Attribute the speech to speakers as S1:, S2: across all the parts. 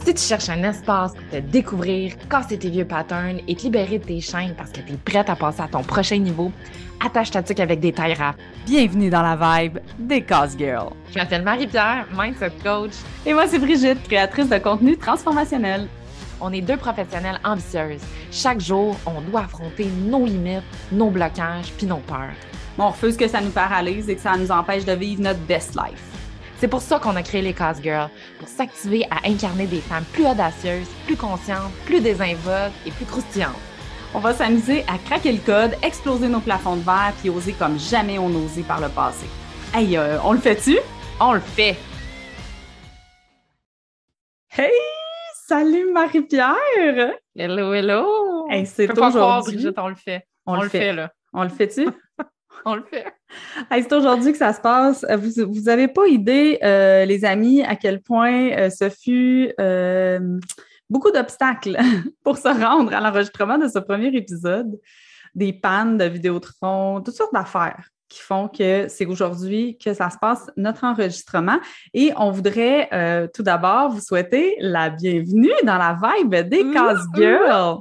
S1: Si tu cherches un espace pour te découvrir, casser tes vieux patterns et te libérer de tes chaînes parce que tu es prête à passer à ton prochain niveau, attache ta tuque avec des tailles rap.
S2: Bienvenue dans la vibe des Cause Girls.
S1: Je m'appelle Marie-Pierre, mindset coach.
S2: Et moi, c'est Brigitte, créatrice de contenu transformationnel.
S1: On est deux professionnelles ambitieuses. Chaque jour, on doit affronter nos limites, nos blocages puis nos peurs.
S2: On refuse que ça nous paralyse et que ça nous empêche de vivre notre best life.
S1: C'est pour ça qu'on a créé les Cause Girls, pour s'activer à incarner des femmes plus audacieuses, plus conscientes, plus désinvoltes et plus croustillantes.
S2: On va s'amuser à craquer le code, exploser nos plafonds de verre puis oser comme jamais on osait par le passé. Hey, on le fait-tu?
S1: On le fait!
S2: Hey! Salut Marie-Pierre!
S1: Hello, hello!
S2: Hey, c'est
S1: peux pas croire,
S2: aujourd'hui...
S1: Brigitte, on le fait.
S2: On le fait,
S1: là.
S2: On le fait-tu?
S1: On le fait.
S2: Hey, c'est aujourd'hui que ça se passe. Vous avez pas idée, les amis, à quel point ce fut beaucoup d'obstacles pour se rendre à l'enregistrement de ce premier épisode. Des pannes de Vidéotron, toutes sortes d'affaires qui font que c'est aujourd'hui que ça se passe, notre enregistrement. Et on voudrait tout d'abord vous souhaiter la bienvenue dans la vibe des Cause Girls.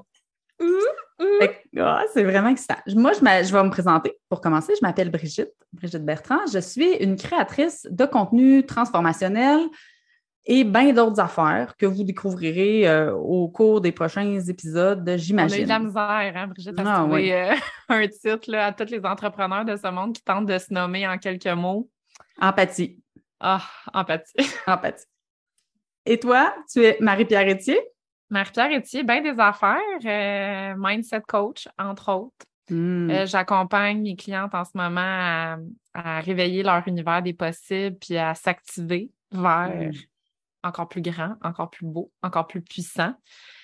S2: C'est vraiment excitant. Moi, je vais me présenter. Pour commencer, je m'appelle Brigitte Bertrand. Je suis une créatrice de contenu transformationnel et bien d'autres affaires que vous découvrirez au cours des prochains épisodes, j'imagine.
S1: On a eu de la misère, hein, Brigitte, à trouver un titre là, à tous les entrepreneurs de ce monde qui tentent de se nommer en quelques mots.
S2: Empathie.
S1: Ah, empathie.
S2: Empathie. Et toi, tu es Marie-Pierre Etier?
S1: Marie-Pierre Etier, bien des affaires, mindset coach, entre autres. J'accompagne mes clientes en ce moment à réveiller leur univers des possibles puis à s'activer vers encore plus grand, encore plus beau, encore plus puissant.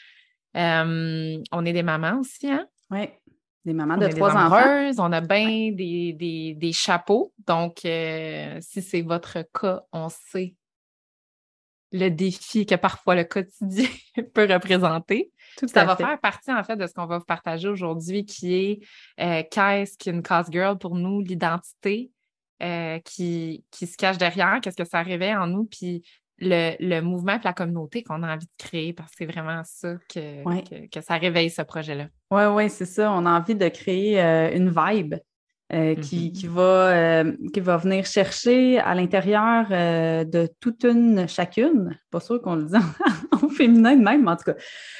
S1: On est des mamans aussi, hein?
S2: Oui, des mamans de 3
S1: enfants.
S2: On
S1: a bien des chapeaux. Donc, si c'est votre cas, on sait le défi que parfois le quotidien peut représenter. Ça va faire partie, en fait, de ce qu'on va vous partager aujourd'hui, qui est qu'est-ce qu'une Cause Girl pour nous, l'identité qui se cache derrière, qu'est-ce que ça réveille en nous, puis le mouvement et la communauté qu'on a envie de créer, parce que c'est vraiment ça que ça réveille, ce projet-là.
S2: Oui, c'est ça. On a envie de créer une vibe qui va venir chercher à l'intérieur de toute chacune, pas sûr qu'on le dit en féminin de même, mais en tout cas,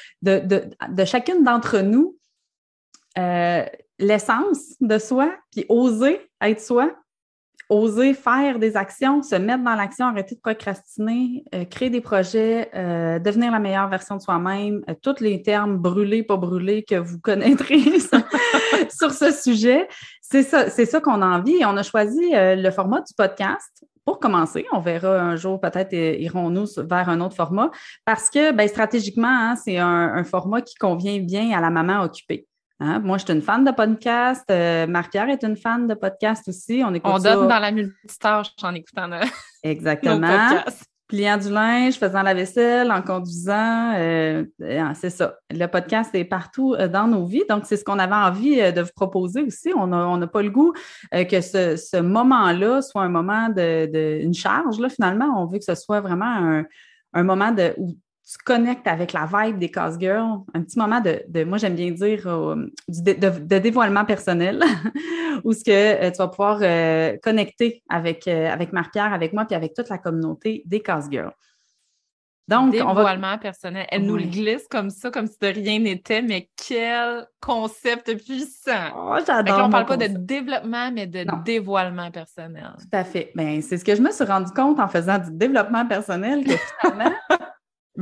S2: de chacune d'entre nous, l'essence de soi, puis oser être soi, oser faire des actions, se mettre dans l'action, arrêter de procrastiner, créer des projets, devenir la meilleure version de soi-même, tous les termes brûlés, pas brûlés que vous connaîtrez sur ce sujet. C'est ça qu'on a envie. Et on a choisi le format du podcast. Pour commencer, on verra un jour, peut-être irons-nous vers un autre format, parce que stratégiquement, hein, c'est un format qui convient bien à la maman occupée. Hein? Moi, je suis une fan de podcast. Marie-Pierre est une fan de podcast aussi. On
S1: donne dans la multitâche en écoutant
S2: Exactement.
S1: nos podcasts.
S2: Pliant du linge, faisant la vaisselle, en conduisant. C'est ça. Le podcast est partout dans nos vies. Donc, c'est ce qu'on avait envie de vous proposer aussi. On n'a pas le goût que ce moment-là soit un moment une charge. Là, finalement, on veut que ce soit vraiment un moment où tu connectes avec la vibe des Cause Girls, un petit moment moi j'aime bien dire, de dévoilement personnel, où ce que tu vas pouvoir connecter avec Marie-Pierre, avec moi, puis avec toute la communauté des Cause Girls.
S1: Donc, dévoilement personnel. Elle nous le glisse comme ça, comme si de rien n'était, mais quel concept puissant!
S2: Oh, j'adore.
S1: Là, on ne parle pas de développement, mais de dévoilement personnel.
S2: Tout à fait. Bien, c'est ce que je me suis rendu compte en faisant du développement personnel, que finalement... je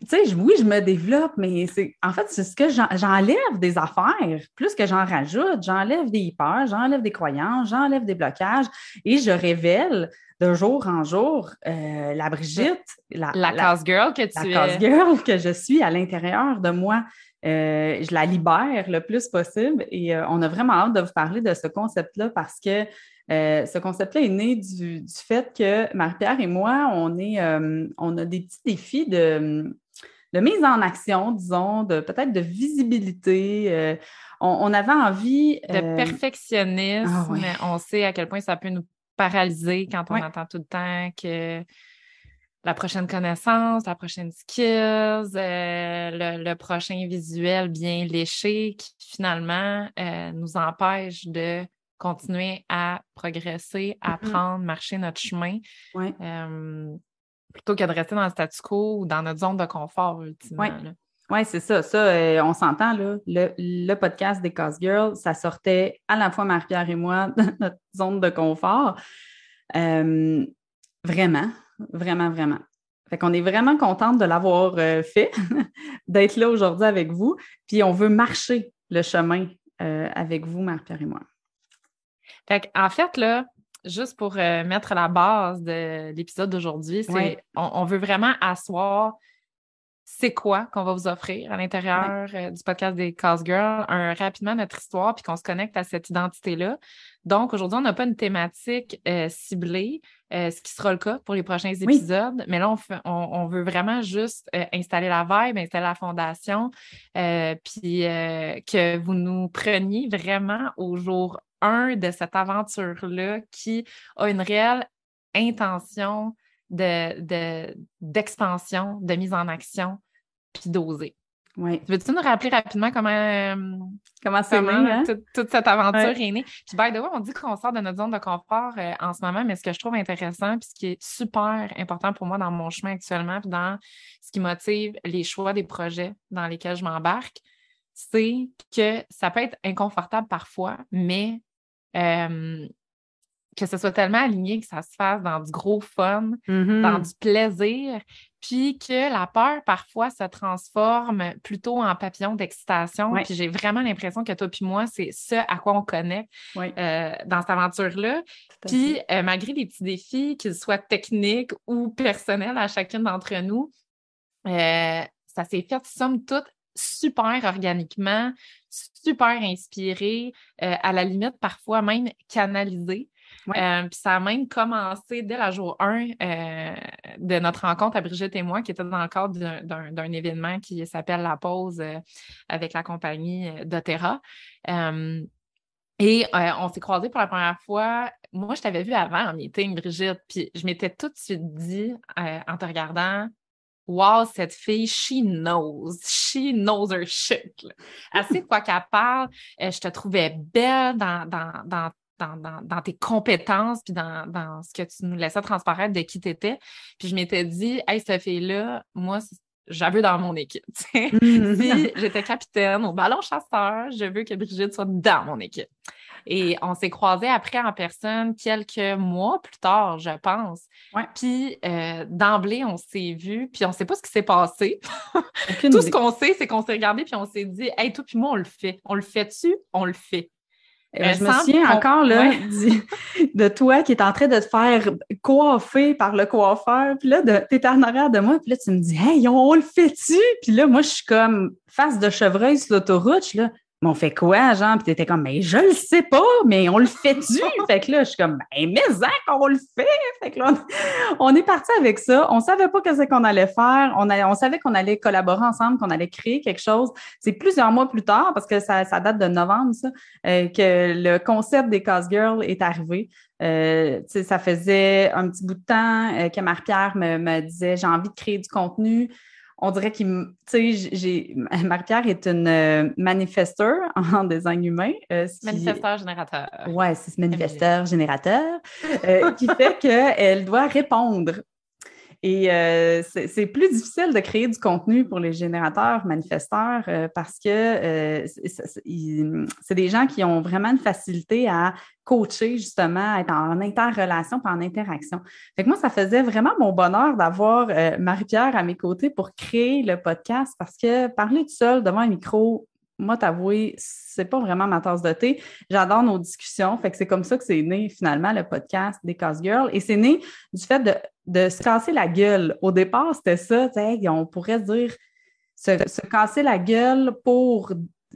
S2: me développe, mais en fait, c'est ce que j'enlève des affaires, plus que j'en rajoute. J'enlève des peurs, j'enlève des croyances, j'enlève des blocages et je révèle de jour en jour la Brigitte,
S1: la Cause Girl que tu es.
S2: La Cause Girl que je suis à l'intérieur de moi. Je la libère le plus possible et on a vraiment hâte de vous parler de ce concept-là parce que ce concept-là est né du fait que Marie-Pierre et moi, on a des petits défis de mise en action, disons, peut-être de visibilité. On avait envie...
S1: de perfectionnisme. On sait à quel point ça peut nous paralyser quand on entend tout le temps que la prochaine connaissance, la prochaine skills, le prochain visuel bien léché qui finalement nous empêche de continuer à progresser, apprendre, marcher notre chemin, plutôt que de rester dans le statu quo ou dans notre zone de confort, ultimement.
S2: Oui, c'est ça. Ça, on s'entend, là. Le podcast des Cause Girls, ça sortait à la fois Marie-Pierre et moi de notre zone de confort. Vraiment, vraiment, vraiment. Fait qu'on est vraiment contente de l'avoir fait, d'être là aujourd'hui avec vous. Puis on veut marcher le chemin avec vous, Marie-Pierre et moi.
S1: Fait en fait, là, juste pour mettre la base de l'épisode d'aujourd'hui, c'est on veut vraiment asseoir c'est quoi qu'on va vous offrir à l'intérieur du podcast des Cause Girls, rapidement notre histoire, puis qu'on se connecte à cette identité-là. Donc, aujourd'hui, on n'a pas une thématique ciblée, ce qui sera le cas pour les prochains épisodes, mais là, on veut vraiment juste installer la vibe, installer la fondation, puis que vous nous preniez vraiment au jour 1 de cette aventure-là qui a une réelle intention d'expansion, de mise en action, puis d'oser.
S2: Oui.
S1: Veux-tu nous rappeler rapidement comment
S2: c'est né, hein?
S1: toute cette aventure est née? Puis, by the way, on dit qu'on sort de notre zone de confort en ce moment, mais ce que je trouve intéressant, puis ce qui est super important pour moi dans mon chemin actuellement, puis dans ce qui motive les choix des projets dans lesquels je m'embarque, c'est que ça peut être inconfortable parfois, mais que ce soit tellement aligné que ça se fasse dans du gros fun, dans du plaisir, puis que la peur, parfois, se transforme plutôt en papillon d'excitation. Puis j'ai vraiment l'impression que toi puis moi, c'est ce à quoi on connecte dans cette aventure-là. Puis malgré les petits défis, qu'ils soient techniques ou personnels à chacune d'entre nous, ça s'est fait, somme toute, super organiquement, super inspiré, à la limite, parfois même canalisé. Puis ça a même commencé dès la jour 1 de notre rencontre à Brigitte et moi, qui était dans le cadre d'un événement qui s'appelle La Pause avec la compagnie doTERRA. Et on s'est croisés pour la première fois. Moi, je t'avais vu avant en meeting, Brigitte, puis je m'étais tout de suite dit, en te regardant, wow, cette fille, she knows her shit. Là. Elle sait de quoi qu'elle parle. Je te trouvais belle dans tes compétences puis dans ce que tu nous laissais transparaître de qui tu étais. Puis je m'étais dit, hey, cette fille-là, moi, j'avais dans mon équipe. Si j'étais capitaine au ballon chasseur, je veux que Brigitte soit dans mon équipe. Et on s'est croisés après en personne quelques mois plus tard, je pense. Puis d'emblée, on s'est vus, puis on ne sait pas ce qui s'est passé. Tout ce qu'on sait, c'est qu'on s'est regardé puis on s'est dit, hey, toi puis moi, on le fait. On le fait-tu? On le fait.
S2: Je me souviens encore là, de toi qui est en train de te faire coiffer par le coiffeur. Puis là, t'es en arrière de moi. Puis là, tu me dis, hey, on le fait-tu? Puis là, moi, je suis comme face de chevreuil sur l'autoroute. Je suis là, mais on fait quoi, genre? Puis t'étais comme, mais je le sais pas, mais on le fait-tu? Fait que là, je suis comme, ben, mais qu'on le fait! Fait que là, on est parti avec ça. On savait pas ce qu'on allait faire. On savait qu'on allait collaborer ensemble, qu'on allait créer quelque chose. C'est plusieurs mois plus tard, parce que ça date de novembre, ça, que le concept des Cause Girls est arrivé. Ça faisait un petit bout de temps que Marie-Pierre me disait, j'ai envie de créer du contenu. On dirait Marie-Pierre est une manifesteur en design humain.
S1: Manifesteur-générateur.
S2: Oui, c'est ce manifesteur-générateur qui fait qu'elle doit répondre. Et c'est plus difficile de créer du contenu pour les générateurs, manifesteurs, parce que c'est des gens qui ont vraiment une facilité à coacher, justement, à être en interrelation et en interaction. Fait que moi, ça faisait vraiment mon bonheur d'avoir Marie-Pierre à mes côtés pour créer le podcast, parce que parler tout seul devant un micro, moi, t'avouer, c'est pas vraiment ma tasse de thé. J'adore nos discussions. Fait que c'est comme ça que c'est né, finalement, le podcast des Cause Girls. Et c'est né du fait de se casser la gueule. Au départ, c'était ça, on pourrait dire se casser la gueule pour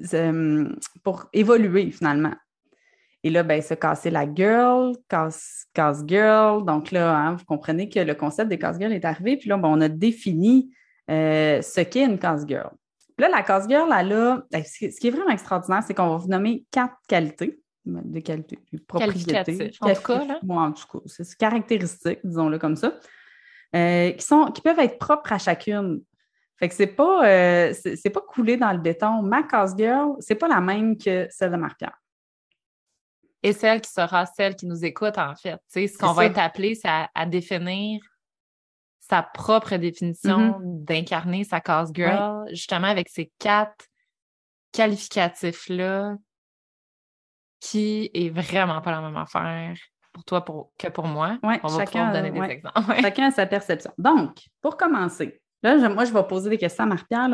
S2: évoluer, finalement. Et là, ben, se casser la gueule, casse girl. Donc là, hein, vous comprenez que le concept des Cause Girls est arrivé. Puis là, ben, on a défini ce qu'est une Cause Girl. Puis là, la Cause Girl, elle a, ce qui est vraiment extraordinaire, c'est qu'on va vous nommer 4 qualités. Des qualités, des propriétés.
S1: En tout cas, là.
S2: Moi, en tout cas, c'est caractéristique, disons-le comme ça. qui peuvent être propres à chacune. Fait que c'est pas coulé dans le béton. Ma case girl, c'est pas la même que celle de Marie-Pierre.
S1: Et celle qui sera celle qui nous écoute, en fait. Tu sais, ce qu'on va être appelé, c'est à définir sa propre définition d'incarner sa case girl, justement avec ces 4 qualificatifs-là, qui est vraiment pas la même affaire pour toi que pour moi.
S2: Ouais,
S1: on va pouvoir donner des exemples.
S2: Chacun a sa perception. Donc, pour commencer, là, moi, je vais poser des questions à Marie-Pierre.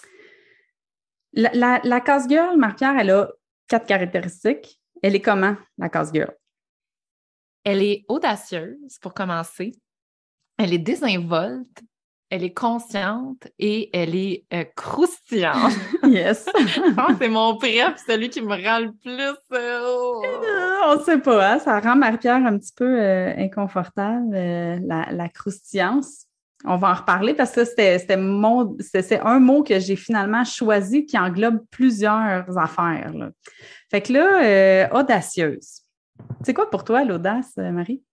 S2: La case girl, Marie-Pierre, elle a 4 caractéristiques. Elle est comment, la case girl?
S1: Elle est audacieuse, pour commencer. Elle est désinvolte. Elle est consciente et elle est croustillante.
S2: Yes!
S1: Je pense que c'est mon préf, celui qui me rend le plus...
S2: On ne sait pas, hein? Ça rend Marie-Pierre un petit peu inconfortable, la croustillance. On va en reparler parce que c'est un mot que j'ai finalement choisi qui englobe plusieurs affaires, là. Fait que là, audacieuse. C'est quoi pour toi l'audace, Marie?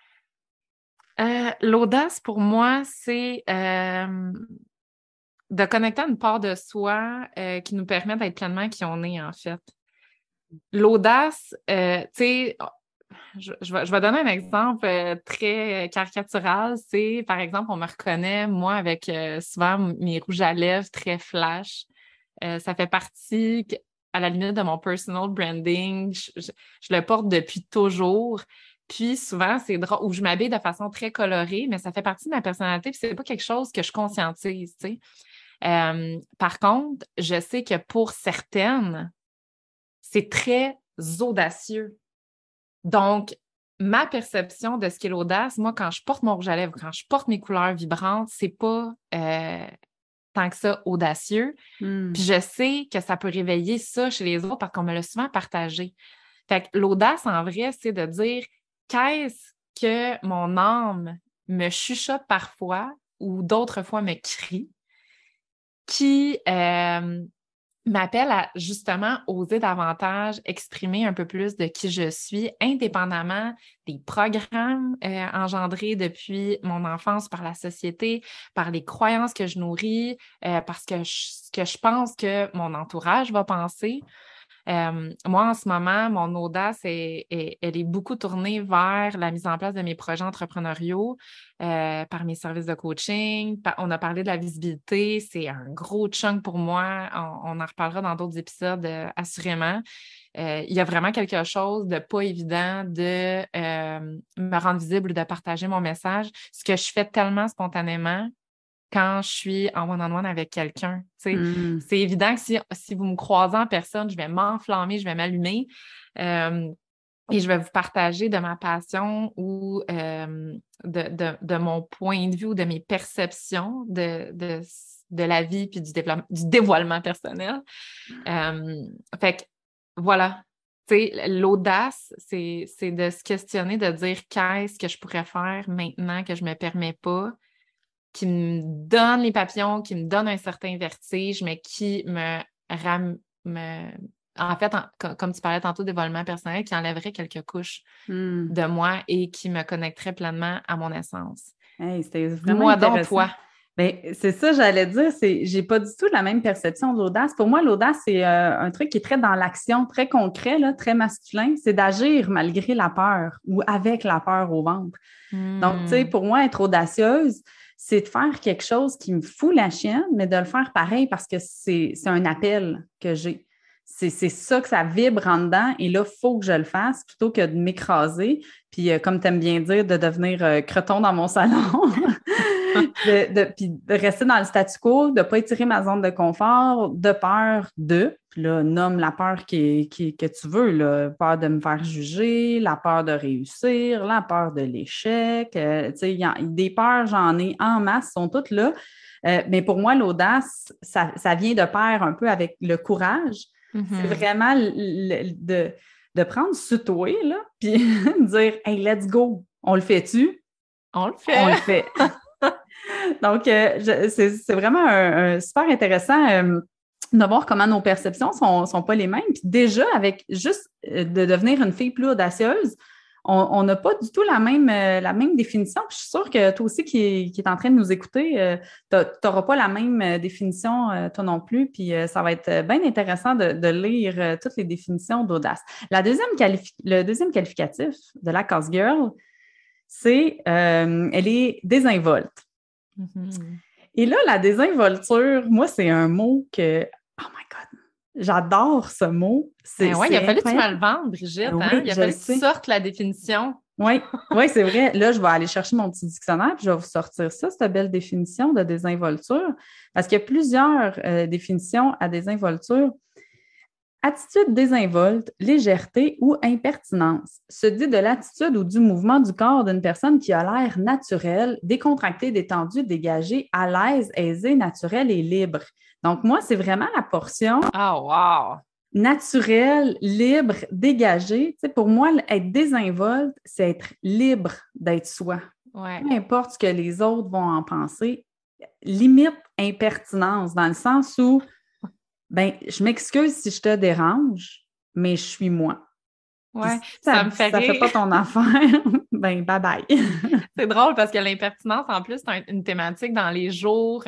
S1: L'audace, pour moi, c'est de connecter à une part de soi qui nous permet d'être pleinement qui on est, en fait. L'audace, tu sais, je vais donner un exemple très caricatural. C'est, par exemple, on me reconnaît, moi, avec souvent mes rouges à lèvres très flash. Ça fait partie, à la limite, de mon personal branding. Je le porte depuis toujours. Puis souvent, c'est drôle, où je m'habille de façon très colorée, mais ça fait partie de ma personnalité, puis c'est pas quelque chose que je conscientise, tu sais. Par contre, je sais que pour certaines, c'est très audacieux. Donc, ma perception de ce qu'est l'audace, moi, quand je porte mon rouge à lèvres, quand je porte mes couleurs vibrantes, c'est pas tant que ça audacieux. Puis je sais que ça peut réveiller ça chez les autres parce qu'on me l'a souvent partagé. Fait que l'audace, en vrai, c'est de dire qu'est-ce que mon âme me chuchote parfois ou d'autres fois me crie, qui m'appelle à justement oser davantage exprimer un peu plus de qui je suis, indépendamment des programmes engendrés depuis mon enfance par la société, par les croyances que je nourris, parce que ce que je pense que mon entourage va penser. Moi, en ce moment, mon audace, elle est beaucoup tournée vers la mise en place de mes projets entrepreneuriaux, par mes services de coaching. On a parlé de la visibilité, c'est un gros chunk pour moi. On en reparlera dans d'autres épisodes, assurément. Il y a vraiment quelque chose de pas évident de me rendre visible ou de partager mon message, ce que je fais tellement spontanément quand je suis en one-on-one avec quelqu'un. C'est évident que si vous me croisez en personne, je vais m'enflammer, je vais m'allumer et je vais vous partager de ma passion ou de mon point de vue ou de mes perceptions de la vie puis du dévoilement personnel. Fait que voilà. Tu sais, l'audace, c'est de se questionner, de dire qu'est-ce que je pourrais faire maintenant que je me permets pas, qui me donne les papillons, qui me donne un certain vertige, mais qui en fait, comme tu parlais tantôt, dévoilement personnel, qui enlèverait quelques couches de moi et qui me connecterait pleinement à mon essence.
S2: Hey, c'était vraiment
S1: moi
S2: intéressant.
S1: Donc, toi.
S2: Bien, c'est ça, j'allais dire, j'ai pas du tout la même perception de l'audace. Pour moi, l'audace, c'est un truc qui est très dans l'action, très concret, là, très masculin. C'est d'agir malgré la peur ou avec la peur au ventre. Donc, tu sais, pour moi, être audacieuse, c'est de faire quelque chose qui me fout la chienne, mais de le faire pareil parce que c'est un appel que j'ai. C'est ça que ça vibre en dedans et là, il faut que je le fasse plutôt que de m'écraser. Puis, comme tu aimes bien dire, de devenir creton dans mon salon. Puis de rester dans le statu quo, de ne pas étirer ma zone de confort, de peur de, puis là, nomme la peur que tu veux, là, peur de me faire juger, la peur de réussir, la peur de l'échec. Tu sais, des peurs, j'en ai en masse, sont toutes là. Mais pour moi, l'audace, ça vient de pair un peu avec le courage. C'est vraiment de prendre sur toi, là, puis dire « Hey, let's go! On le fait-tu? »
S1: On le fait!
S2: On le fait! Donc, c'est vraiment un super intéressant de voir comment nos perceptions sont pas les mêmes. Puis déjà, avec juste de devenir une fille plus audacieuse, on n'a pas du tout la même définition. Puis je suis sûre que toi aussi qui est en train de nous écouter, tu n'auras pas la même définition, toi non plus. Puis ça va être bien intéressant de lire toutes les définitions d'audace. Le deuxième qualificatif de la Cause Girl, c'est elle est désinvolte.
S1: Mm-hmm.
S2: Et là, la désinvolture, moi, c'est un mot que, oh my God, j'adore ce mot.
S1: Oui, il a fallu que tu me
S2: incroyable.
S1: le vendes, Brigitte.
S2: Oui,
S1: Hein? Il a
S2: je
S1: fallu
S2: le
S1: que tu
S2: sais.
S1: sortes la définition.
S2: Oui, oui, c'est vrai. Là, je vais aller chercher mon petit dictionnaire puis je vais vous sortir ça, cette belle définition de désinvolture, parce qu'il y a plusieurs définitions à désinvolture. Attitude désinvolte, légèreté ou impertinence se dit de l'attitude ou du mouvement du corps d'une personne qui a l'air naturel, décontracté, détendu, dégagé, à l'aise, aisé, naturel et libre. Donc, moi, c'est vraiment la portion
S1: wow!
S2: naturelle, libre, dégagée. Tu sais, pour moi, être désinvolte, c'est être libre d'être soi.
S1: Ouais.
S2: Peu importe ce que les autres vont en penser. Limite impertinence, dans le sens où ben, je m'excuse si je te dérange, mais je suis moi.
S1: Ouais,
S2: Si
S1: ça me fait
S2: ça fait
S1: rire.
S2: pas ton affaire, ben bye bye.
S1: C'est drôle parce que l'impertinence, en plus, c'est une thématique dans les jours,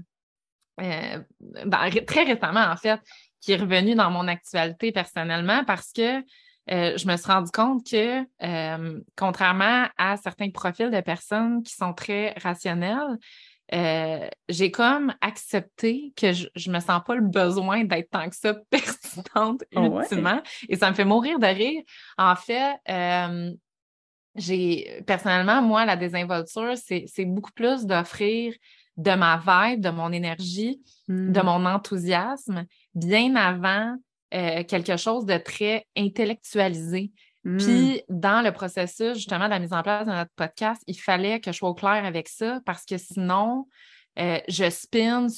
S1: très récemment, en fait, qui est revenue dans mon actualité personnellement parce que je me suis rendu compte que, contrairement à certains profils de personnes qui sont très rationnels, j'ai comme accepté que je me sens pas le besoin d'être tant que ça persistante ultimement.
S2: Ouais.
S1: Et ça me fait mourir de rire. En fait, personnellement, moi, la désinvolture, c'est beaucoup plus d'offrir de ma vibe, de mon énergie, de mon enthousiasme, bien avant quelque chose de très intellectualisé. Puis, dans le processus, justement, de la mise en place de notre podcast, il fallait que je sois au clair avec ça parce que sinon, je spin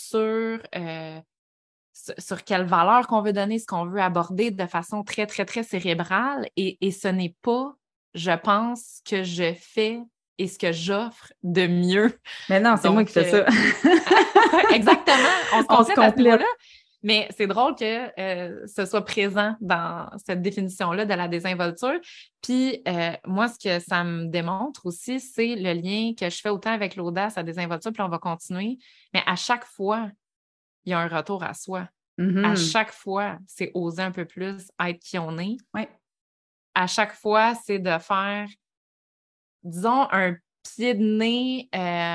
S1: sur quelle valeur qu'on veut donner, ce qu'on veut aborder de façon très, très, très cérébrale. Et ce n'est pas, je pense, que je fais et ce que j'offre de mieux.
S2: Mais non, c'est moi qui fais ça.
S1: Exactement. On se
S2: On se
S1: complète à ce niveau-là.
S2: complète.
S1: Mais c'est drôle que ce soit présent dans cette définition-là de la désinvolture. Puis moi, ce que ça me démontre aussi, c'est le lien que je fais autant avec l'audace, la désinvolture, puis on va continuer. Mais à chaque fois, il y a un retour à soi. À chaque fois, c'est oser un peu plus être qui on est.
S2: Ouais.
S1: À chaque fois, c'est de faire, disons, un pied de nez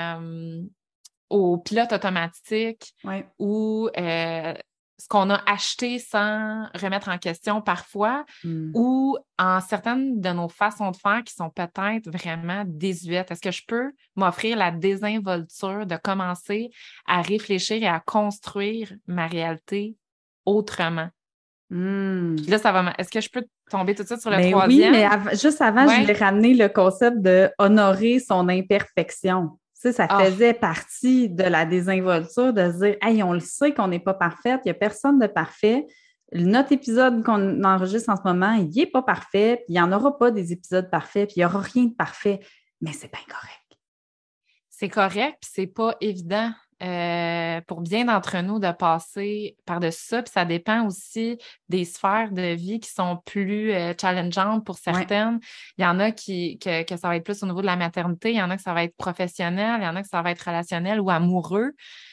S1: au pilote automatique ou ce qu'on a acheté sans remettre en question parfois ou en certaines de nos façons de faire qui sont peut-être vraiment désuètes. Est-ce que je peux m'offrir la désinvolture de commencer à réfléchir et à construire ma réalité autrement? Puis là, est-ce que je peux tomber tout de suite sur le troisième?
S2: Oui, mais juste avant, je voulais ramener le concept de honorer son imperfection. Tu sais, ça faisait partie de la désinvolture de se dire, hey, on le sait qu'on n'est pas parfaite, il n'y a personne de parfait. Notre épisode qu'on enregistre en ce moment, il n'est pas parfait, puis il n'y en aura pas des épisodes parfaits, puis il n'y aura rien de parfait, mais c'est bien correct.
S1: C'est correct, puis c'est pas évident pour bien d'entre nous de passer par-dessus ça, puis ça dépend aussi des sphères de vie qui sont plus challengeantes pour certaines. Il y en a que ça va être plus au niveau de la maternité, il y en a que ça va être professionnel, il y en a que ça va être relationnel ou amoureux.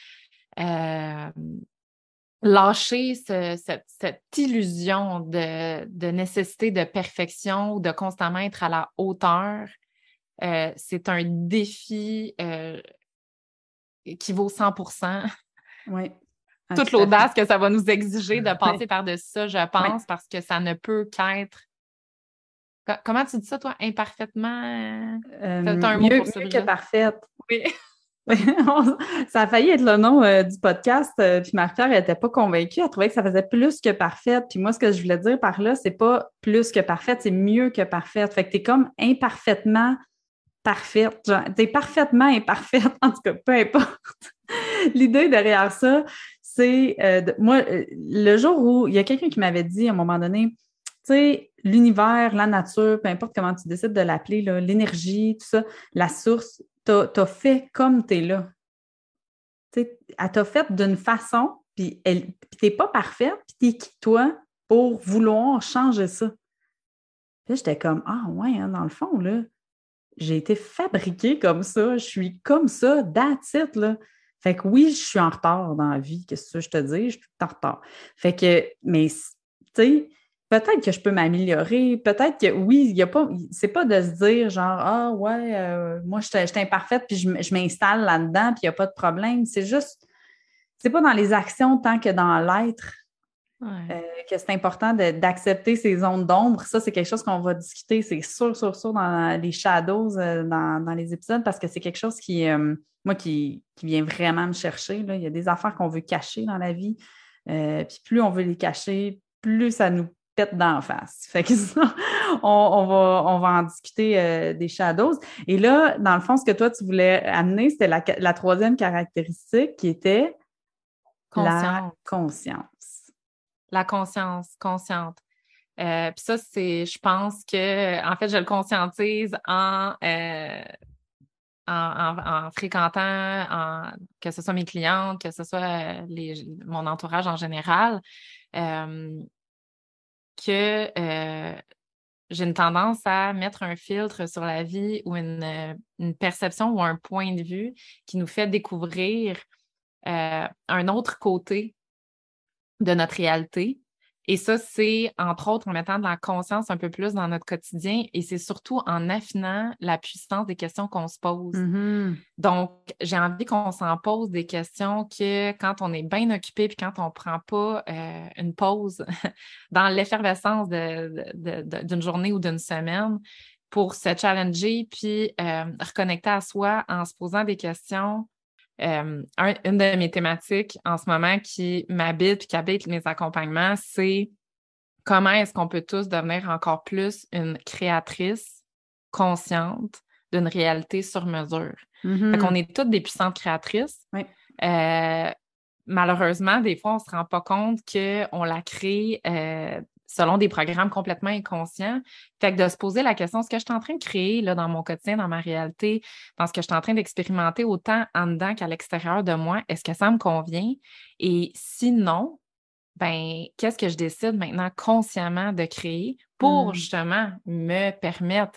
S1: Lâcher cette illusion de nécessité de perfection ou de constamment être à la hauteur, c'est un défi qui vaut 100%.
S2: Oui.
S1: Toute l'audace que ça va nous exiger de passer par-dessus ça, je pense, parce que ça ne peut qu'être... Comment tu dis ça, toi? Imparfaitement? T'as un mot pour ça,
S2: mieux que parfaite.
S1: Oui.
S2: Ça a failli être le nom du podcast, puis Marie-Pierre n'était pas convaincue. Elle trouvait que ça faisait plus que parfaite. Puis moi, ce que je voulais dire par là, c'est pas plus que parfaite, c'est mieux que parfaite. Fait que t'es comme imparfaitement parfaite. Genre, t'es parfaitement imparfaite, en tout cas, peu importe. L'idée derrière ça, c'est, moi, le jour où il y a quelqu'un qui m'avait dit à un moment donné, tu sais, l'univers, la nature, peu importe comment tu décides de l'appeler, là, l'énergie, tout ça, la source, t'as fait comme t'es là. Tu sais, elle t'a fait d'une façon, puis t'es pas parfaite, puis t'es qui, toi, pour vouloir changer ça? Puis là, j'étais comme, ah ouais, hein, dans le fond, là, j'ai été fabriquée comme ça, je suis comme ça, that's it, là. Fait que oui, je suis en retard dans la vie, qu'est-ce que je te dis, je suis tout le temps en retard. Fait que, mais, tu sais, peut-être que je peux m'améliorer, peut-être que oui, il y a pas, c'est pas de se dire genre, ah ouais, moi, je suis imparfaite, puis je m'installe là-dedans, puis il n'y a pas de problème. C'est juste, c'est pas dans les actions tant que dans l'être
S1: Ouais.
S2: que c'est important d'accepter ces zones d'ombre. Ça, c'est quelque chose qu'on va discuter, c'est sûr, dans les shadows, dans les épisodes, parce que c'est quelque chose moi, qui vient vraiment me chercher. Là. Il y a des affaires qu'on veut cacher dans la vie. Puis plus on veut les cacher, plus ça nous pète d'en face. Fait que ça, on va en discuter des shadows. Et là, dans le fond, ce que toi, tu voulais amener, c'était la troisième caractéristique qui était la
S1: Consciente.
S2: conscience.
S1: La conscience, consciente. Puis ça, je pense que, en fait, je le conscientise en fréquentant, que ce soit mes clientes, que ce soit mon entourage en général, euh, que j'ai une tendance à mettre un filtre sur la vie ou une perception ou un point de vue qui nous fait découvrir un autre côté de notre réalité. Et ça, c'est entre autres en mettant de la conscience un peu plus dans notre quotidien et c'est surtout en affinant la puissance des questions qu'on se pose.
S2: Mm-hmm.
S1: Donc, j'ai envie qu'on s'en pose des questions que quand on est bien occupé puis quand on prend pas une pause dans l'effervescence d'une journée ou d'une semaine pour se challenger puis reconnecter à soi en se posant des questions. Une de mes thématiques en ce moment qui m'habite et qui habite mes accompagnements, c'est comment est-ce qu'on peut tous devenir encore plus une créatrice consciente d'une réalité sur mesure. Fait qu'on est toutes des puissantes créatrices.
S2: Oui.
S1: Malheureusement, des fois, on se rend pas compte qu'on la crée selon des programmes complètement inconscients. Fait que de se poser la question, ce que je suis en train de créer là, dans mon quotidien, dans ma réalité, dans ce que je suis en train d'expérimenter autant en dedans qu'à l'extérieur de moi, est-ce que ça me convient? Et sinon, ben, qu'est-ce que je décide maintenant consciemment de créer pour justement me permettre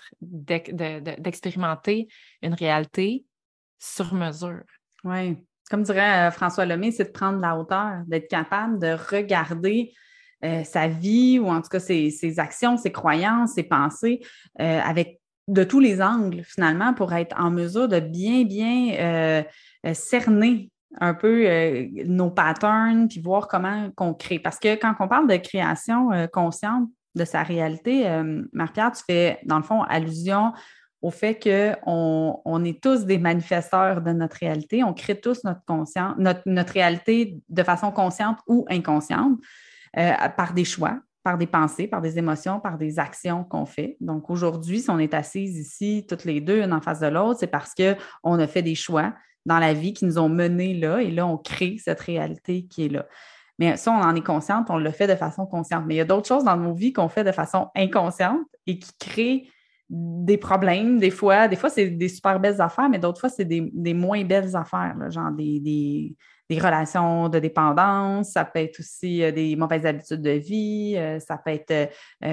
S1: d'expérimenter une réalité sur mesure?
S2: Oui. Comme dirait François Lemay, c'est de prendre la hauteur, d'être capable de regarder sa vie ou en tout cas ses actions, ses croyances, ses pensées avec de tous les angles finalement pour être en mesure de bien cerner un peu nos patterns puis voir comment qu'on crée. Parce que quand on parle de création consciente de sa réalité, Marie-Pierre, tu fais dans le fond allusion au fait qu'on est tous des manifesteurs de notre réalité. On crée tous notre réalité de façon consciente ou inconsciente par des choix, par des pensées, par des émotions, par des actions qu'on fait. Donc aujourd'hui, si on est assises ici, toutes les deux, une en face de l'autre, c'est parce qu'on a fait des choix dans la vie qui nous ont menés là et là, on crée cette réalité qui est là. Mais ça, on en est consciente, on le fait de façon consciente. Mais il y a d'autres choses dans nos vies qu'on fait de façon inconsciente et qui créent des problèmes. Des fois c'est des super belles affaires, mais d'autres fois, c'est des moins belles affaires, là, genre des relations de dépendance, ça peut être aussi des mauvaises habitudes de vie, ça peut être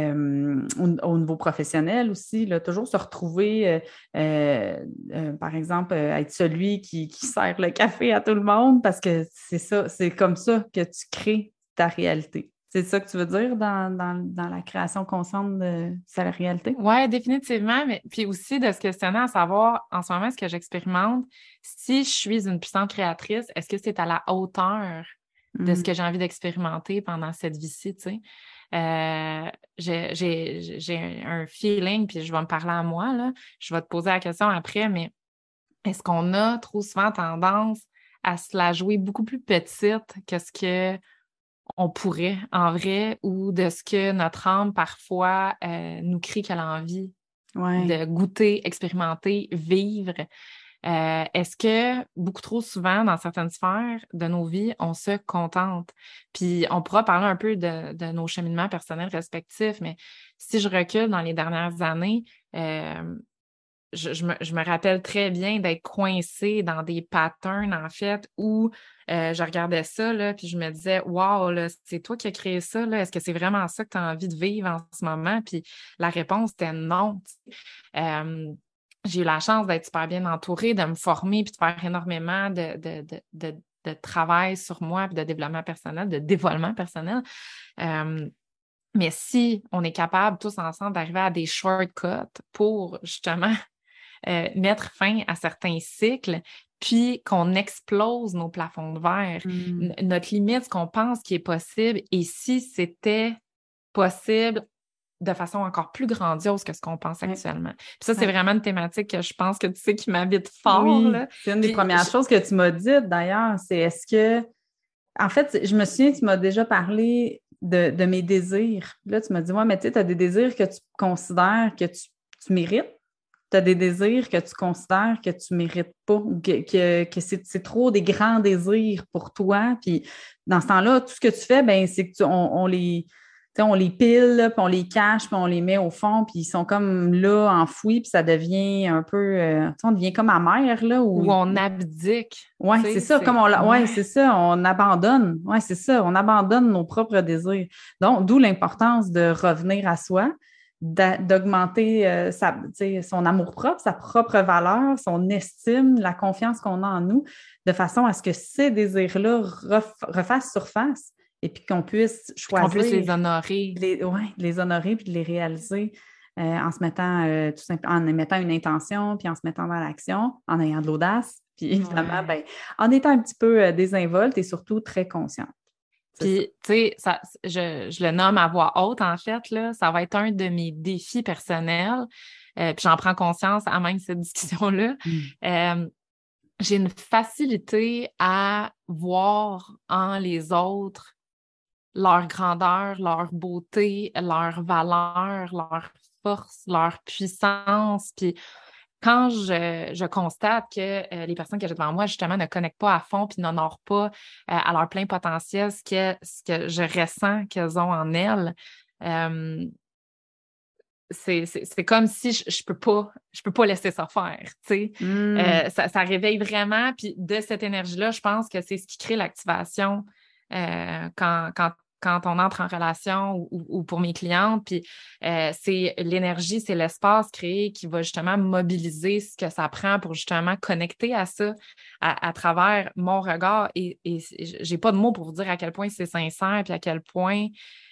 S2: au niveau professionnel aussi, là, toujours se retrouver, par exemple, être celui qui sert le café à tout le monde parce que c'est ça, c'est comme ça que tu crées ta réalité. C'est ça que tu veux dire dans la création consciente de sa réalité?
S1: Oui, définitivement, mais puis aussi de se questionner à savoir en ce moment ce que j'expérimente, si je suis une puissante créatrice, est-ce que c'est à la hauteur de ce que j'ai envie d'expérimenter pendant cette vie-ci, tu sais? J'ai un feeling, puis je vais me parler à moi, là. Je vais te poser la question après, mais est-ce qu'on a trop souvent tendance à se la jouer beaucoup plus petite que ce que on pourrait en vrai ou de ce que notre âme parfois nous crie qu'elle a envie de goûter, expérimenter, vivre. Est-ce que beaucoup trop souvent dans certaines sphères de nos vies, on se contente? Puis on pourra parler un peu de nos cheminements personnels respectifs, mais si je recule dans les dernières années, je me rappelle très bien d'être coincée dans des patterns, en fait, où je regardais ça, là, puis je me disais, wow, là, c'est toi qui as créé ça, là. Est-ce que c'est vraiment ça que tu as envie de vivre en ce moment? Puis la réponse était non. J'ai eu la chance d'être super bien entourée, de me former, puis de faire énormément de travail sur moi, puis de développement personnel, de dévoilement personnel. Mais si on est capable tous ensemble d'arriver à des shortcuts pour justement mettre fin à certains cycles, puis qu'on explose nos plafonds de verre, notre limite, ce qu'on pense qui est possible, et si c'était possible de façon encore plus grandiose que ce qu'on pense actuellement. Puis ça, c'est vraiment une thématique que je pense que tu sais qui m'habite fort.
S2: Oui,
S1: là.
S2: c'est une des premières choses que tu m'as dites d'ailleurs, c'est est-ce que... En fait, je me souviens, tu m'as déjà parlé de mes désirs. Là, tu m'as dit, ouais, mais tu sais, tu as des désirs que tu considères que tu mérites. Tu as des désirs que tu considères que tu ne mérites pas ou que c'est trop des grands désirs pour toi. Puis dans ce temps-là, tout ce que tu fais, ben, c'est que on les pile, là, puis on les cache, puis on les met au fond, puis ils sont comme là, enfouis, puis ça devient un peu... on devient comme amer, là.
S1: Où on abdique.
S2: Oui, c'est ça, c'est ça, on abandonne. Oui, c'est ça, on abandonne nos propres désirs. Donc, d'où l'importance de revenir à soi, d'augmenter son amour-propre, sa propre valeur, son estime, la confiance qu'on a en nous, de façon à ce que ces désirs-là refassent surface et puis qu'on puisse choisir.
S1: Qu'on puisse les honorer.
S2: Les honorer puis de les réaliser en se mettant, tout simplement, en mettant une intention puis en se mettant dans l'action, en ayant de l'audace. Puis évidemment, en étant un petit peu désinvolte et surtout très consciente.
S1: Puis, tu sais, je le nomme à voix haute, en fait, là, ça va être un de mes défis personnels. Puis j'en prends conscience à même cette discussion-là. J'ai une facilité à voir en les autres leur grandeur, leur beauté, leur valeur, leur force, leur puissance. Puis quand je constate que les personnes que j'ai devant moi, justement, ne connectent pas à fond puis n'honorent pas à leur plein potentiel ce que je ressens qu'elles ont en elles, c'est comme si je peux pas laisser ça faire, tu sais. Ça réveille vraiment, puis de cette énergie-là, je pense que c'est ce qui crée l'activation quand on entre en relation ou pour mes clientes, puis c'est l'énergie, c'est l'espace créé qui va justement mobiliser ce que ça prend pour justement connecter à ça à travers mon regard, et j'ai pas de mots pour vous dire à quel point c'est sincère, puis à quel point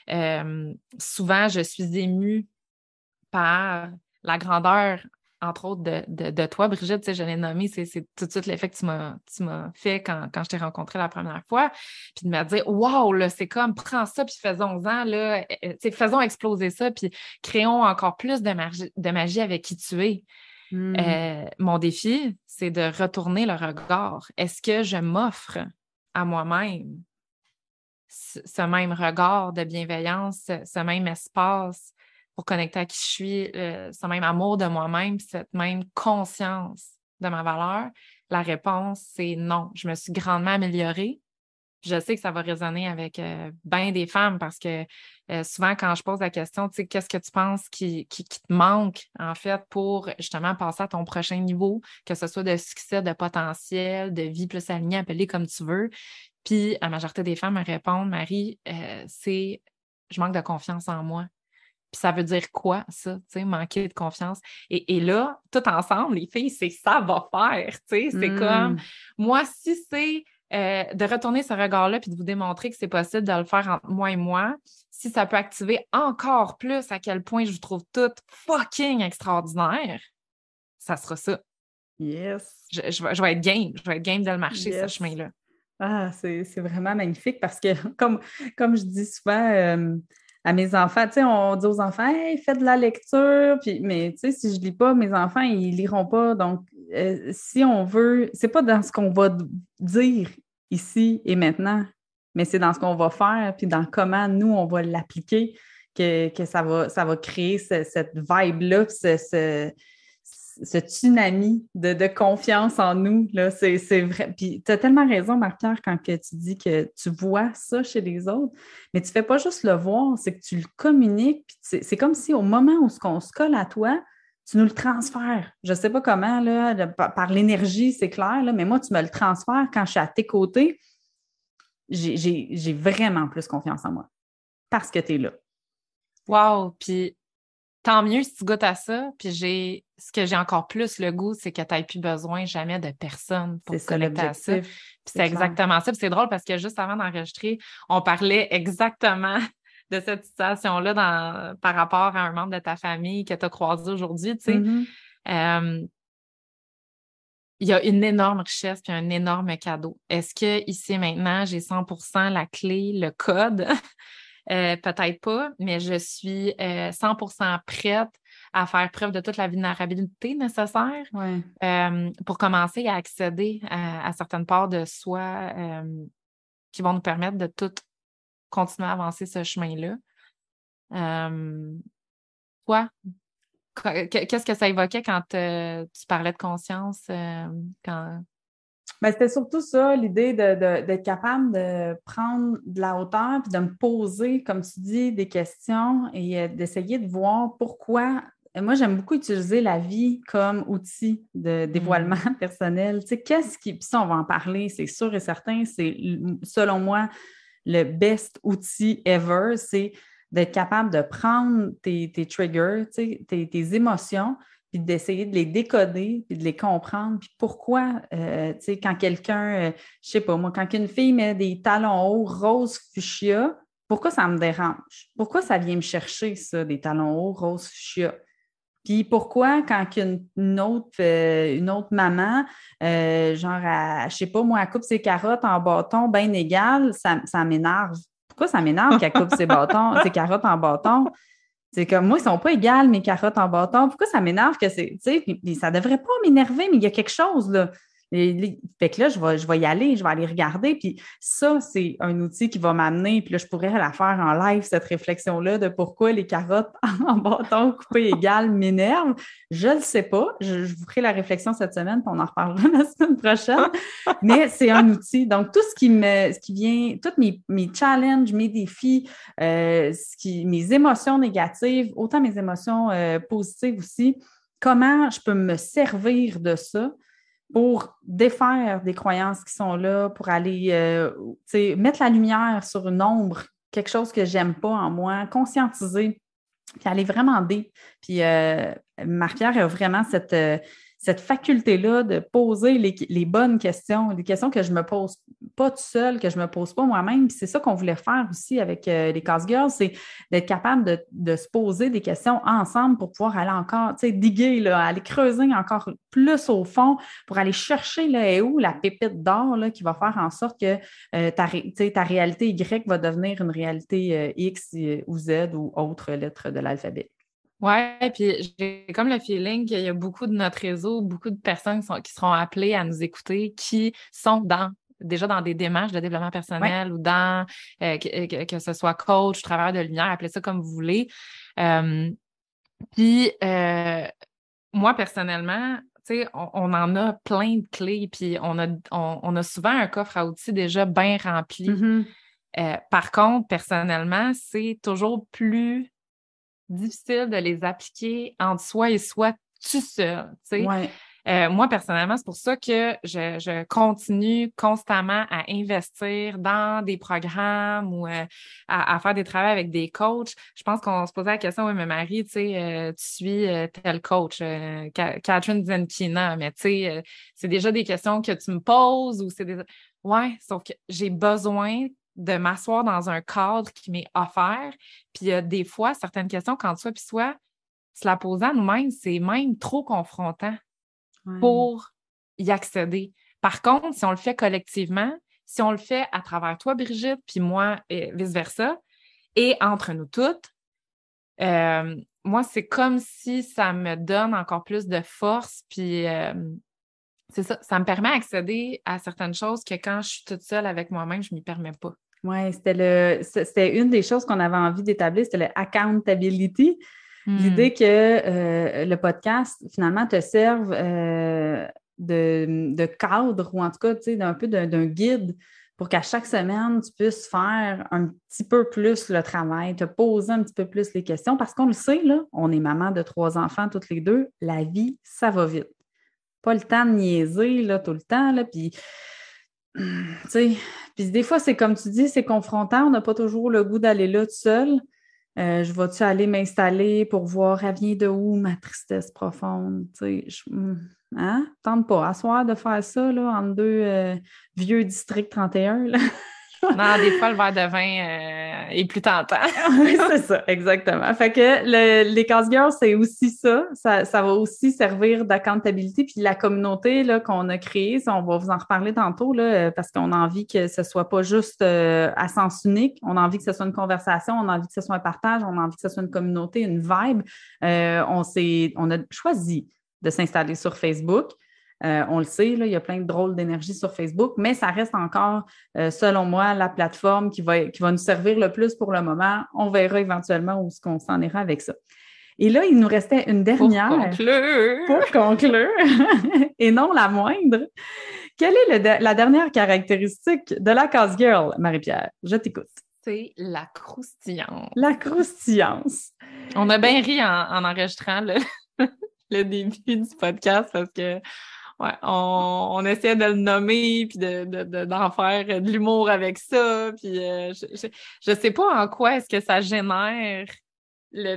S1: souvent je suis émue par la grandeur, entre autres, de toi, Brigitte. Tu sais, je l'ai nommé, c'est tout de suite l'effet que tu m'as fait quand je t'ai rencontrée la première fois. Puis de me dire, wow, là, c'est comme, prends ça, puis faisons-en, là, tu sais, faisons exploser ça, puis créons encore plus de magie avec qui tu es. Mon défi, c'est de retourner le regard. Est-ce que je m'offre à moi-même ce même regard de bienveillance, ce même espace pour connecter à qui je suis, ce même amour de moi-même, cette même conscience de ma valeur? La réponse, c'est non. Je me suis grandement améliorée. Je sais que ça va résonner avec bien des femmes parce que souvent, quand je pose la question, tu sais, qu'est-ce que tu penses qui te manque, en fait, pour justement passer à ton prochain niveau, que ce soit de succès, de potentiel, de vie plus alignée, appelée comme tu veux. Puis la majorité des femmes me répondent, Marie, c'est je manque de confiance en moi. Puis ça veut dire quoi, ça, tu sais, manquer de confiance? Et là, tout ensemble, les filles, c'est ça va faire, tu sais. C'est comme, moi, si c'est de retourner ce regard-là puis de vous démontrer que c'est possible de le faire entre moi et moi, si ça peut activer encore plus à quel point je vous trouve toutes fucking extraordinaires, ça sera ça.
S2: Yes.
S1: Je vais être game. Je vais être game de le marcher, ce chemin-là.
S2: Ah, c'est vraiment magnifique parce que, comme je dis souvent à mes enfants, tu sais, on dit aux enfants, hey, faites de la lecture, puis, mais tu sais, si je lis pas, mes enfants, ils liront pas. Donc, si on veut, c'est pas dans ce qu'on va dire ici et maintenant, mais c'est dans ce qu'on va faire, puis dans comment nous, on va l'appliquer, que ça va créer cette vibe-là, ce tsunami de confiance en nous, là, c'est vrai. Puis tu as tellement raison, Marc-Pierre, quand que tu dis que tu vois ça chez les autres, mais tu fais pas juste le voir, c'est que tu le communiques. Puis c'est comme si au moment où on se colle à toi, tu nous le transfères. Je ne sais pas comment, là, par l'énergie, c'est clair, là, mais moi, tu me le transfères quand je suis à tes côtés. J'ai vraiment plus confiance en moi parce que tu es là.
S1: Wow! Puis tant mieux si tu goûtes à ça. Puis ce que j'ai encore plus le goût, c'est que tu n'aies plus besoin jamais de personne pour te connecter à ça. Puis c'est exactement ça. Puis c'est drôle parce que juste avant d'enregistrer, on parlait exactement de cette situation-là par rapport à un membre de ta famille que tu as croisé aujourd'hui, tu sais.
S2: Mm-hmm.
S1: Il y a une énorme richesse puis un énorme cadeau. Est-ce que ici maintenant, j'ai 100% la clé, le code? Peut-être pas, mais je suis 100% prête à faire preuve de toute la vulnérabilité nécessaire pour commencer à accéder à certaines parts de soi qui vont nous permettre de tout continuer à avancer ce chemin-là. Toi, qu'est-ce que ça évoquait quand tu parlais de conscience?
S2: Ben, c'était surtout ça, l'idée d'être capable de prendre de la hauteur puis de me poser, comme tu dis, des questions et d'essayer de voir pourquoi. Moi, j'aime beaucoup utiliser la vie comme outil de dévoilement personnel. Tu sais, qu'est-ce qui. Puis ça, on va en parler, c'est sûr et certain. C'est, selon moi, le best outil ever. C'est d'être capable de prendre tes triggers, tu sais, tes émotions, puis d'essayer de les décoder, puis de les comprendre, puis pourquoi, tu sais, quand quelqu'un, je sais pas moi, quand une fille met des talons hauts rose fuchsia, pourquoi ça me dérange? Pourquoi ça vient me chercher, ça, des talons hauts rose fuchsia? Puis pourquoi, quand une autre maman, genre, je sais pas, moi, elle coupe ses carottes en bâton bien égal, ça m'énerve. Pourquoi ça m'énerve qu'elle coupe ses carottes en bâton? C'est comme moi, ils sont pas égales, mes carottes en bâton. Pourquoi ça m'énerve que c'est. Tu sais, puis ça devrait pas m'énerver, mais il y a quelque chose, là. Fait que là, je vais y aller, je vais aller regarder. Puis ça, c'est un outil qui va m'amener. Puis là, je pourrais la faire en live, cette réflexion-là de pourquoi les carottes en bâton coupées égales m'énervent. Je ne le sais pas. Je vous ferai la réflexion cette semaine, puis on en reparlera la semaine prochaine. Mais c'est un outil. Donc, tout ce qui vient, tous mes challenges, mes défis, mes émotions négatives, autant mes émotions positives aussi, comment je peux me servir de ça pour défaire des croyances qui sont là, pour aller mettre la lumière sur une ombre, quelque chose que j'aime pas en moi, conscientiser, puis aller vraiment deep. Puis Marie-Pierre a vraiment cette faculté-là de poser les bonnes questions, des questions que je me pose pas toute seule, que je me pose pas moi-même. Puis c'est ça qu'on voulait faire aussi avec les Casse Girls, c'est d'être capable de se poser des questions ensemble pour pouvoir aller encore, tu sais, diguer, là, aller creuser encore plus au fond pour aller chercher là, où la pépite d'or là, qui va faire en sorte que ta réalité Y va devenir une réalité X ou Z ou autre lettre de l'alphabet.
S1: Ouais, puis j'ai comme le feeling qu'il y a beaucoup de notre réseau, beaucoup de personnes qui seront appelées à nous écouter, qui sont déjà dans des démarches de développement personnel ou dans que ce soit coach, travailleur de lumière, appelez ça comme vous voulez. Puis moi, personnellement, tu sais, on en a plein de clés, puis on a souvent un coffre à outils déjà bien rempli.
S2: Mm-hmm.
S1: Par contre, personnellement, c'est toujours plus difficile de les appliquer entre soi et soi tout seul, tu sais. Moi, personnellement, c'est pour ça que je continue constamment à investir dans des programmes ou à faire des travaux avec des coachs. Je pense qu'on se posait la question, oui, mais Marie, tu sais, tu suis tel coach, Catherine Zenkina, mais tu sais, c'est déjà des questions que tu me poses ou c'est des... Ouais, sauf que j'ai besoin de m'asseoir dans un cadre qui m'est offert. Puis il y a des fois, certaines questions, quand toi puis soi, se la poser à nous-mêmes, c'est même trop confrontant pour y accéder. Par contre, si on le fait collectivement, si on le fait à travers toi, Brigitte, puis moi, et vice-versa, et entre nous toutes, moi, c'est comme si ça me donne encore plus de force, puis c'est ça, ça me permet d'accéder à certaines choses que quand je suis toute seule avec moi-même, je ne m'y permets pas.
S2: Oui, c'était une des choses qu'on avait envie d'établir, c'était le accountability. L'idée que le podcast, finalement, te serve de cadre ou en tout cas, tu sais, d'un peu d'un guide pour qu'à chaque semaine, tu puisses faire un petit peu plus le travail, te poser un petit peu plus les questions, parce qu'on le sait, là, on est maman de 3 enfants toutes les deux, la vie, ça va vite. Pas le temps de niaiser là, tout le temps, là, puis, tu sais, puis des fois, c'est comme tu dis, c'est confrontant, on n'a pas toujours le goût d'aller là tout seul. Je vais-tu aller m'installer pour voir, elle vient de où ma tristesse profonde, tu sais, hein? Tente pas, asseoir de faire ça, là, entre deux vieux district 31, là.
S1: Non, des fois, le verre de vin est plus tentant.
S2: Oui, c'est ça, exactement. Fait que les Cast-Girls, c'est aussi ça. Ça va aussi servir d'accountability. Puis la communauté là, qu'on a créée, ça, on va vous en reparler tantôt, là, parce qu'on a envie que ce soit pas juste à sens unique. On a envie que ce soit une conversation, on a envie que ce soit un partage, on a envie que ce soit une communauté, une vibe. On a choisi de s'installer sur Facebook. On le sait, là, il y a plein de drôles d'énergie sur Facebook, mais ça reste encore, selon moi, la plateforme qui va nous servir le plus pour le moment. On verra éventuellement où est-ce qu'on s'en ira avec ça. Et là, il nous restait une dernière. Pour conclure, et non la moindre. Quelle est la dernière caractéristique de la Cast-Girl, Marie-Pierre? Je t'écoute.
S1: C'est la croustillance.
S2: La croustillance.
S1: On a bien ri en enregistrant le début du podcast parce que ouais, on essayait de le nommer puis d'en faire de l'humour avec ça. Puis je sais pas en quoi est-ce que ça génère le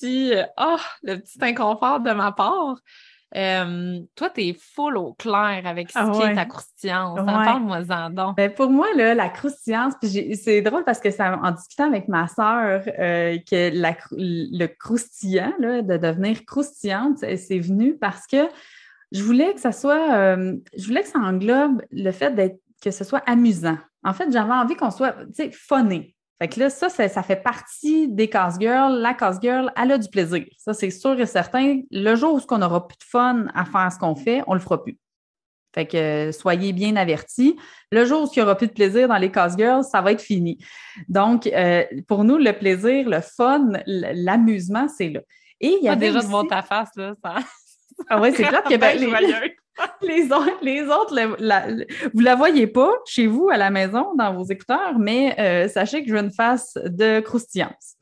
S1: petit inconfort de ma part. Toi, t'es full au clair avec ce qui est ta croustillance.
S2: Ouais.
S1: Parle-moi-en donc.
S2: Ben pour moi, là, la croustillance, puis c'est drôle parce que en discutant avec ma sœur, que le croustillant, là, de devenir croustillante, c'est venu parce que je voulais que ça englobe le fait que ce soit amusant. En fait, j'avais envie qu'on soit, tu sais, funné. Fait que là, ça fait partie des Cast-Girls. La Cast-Girl, elle a du plaisir. Ça, c'est sûr et certain. Le jour où on n'aura plus de fun à faire ce qu'on fait, on le fera plus. Fait que soyez bien avertis. Le jour où il n'y aura plus de plaisir dans les Cast-Girls, ça va être fini. Donc, pour nous, le plaisir, le fun, l'amusement, c'est là. Et il y avait
S1: déjà
S2: aussi...
S1: de voir ta face, là, ça...
S2: Ah ouais, c'est plate que les autres, vous la voyez pas chez vous à la maison dans vos écouteurs, mais sachez que je veux une face de croustillance.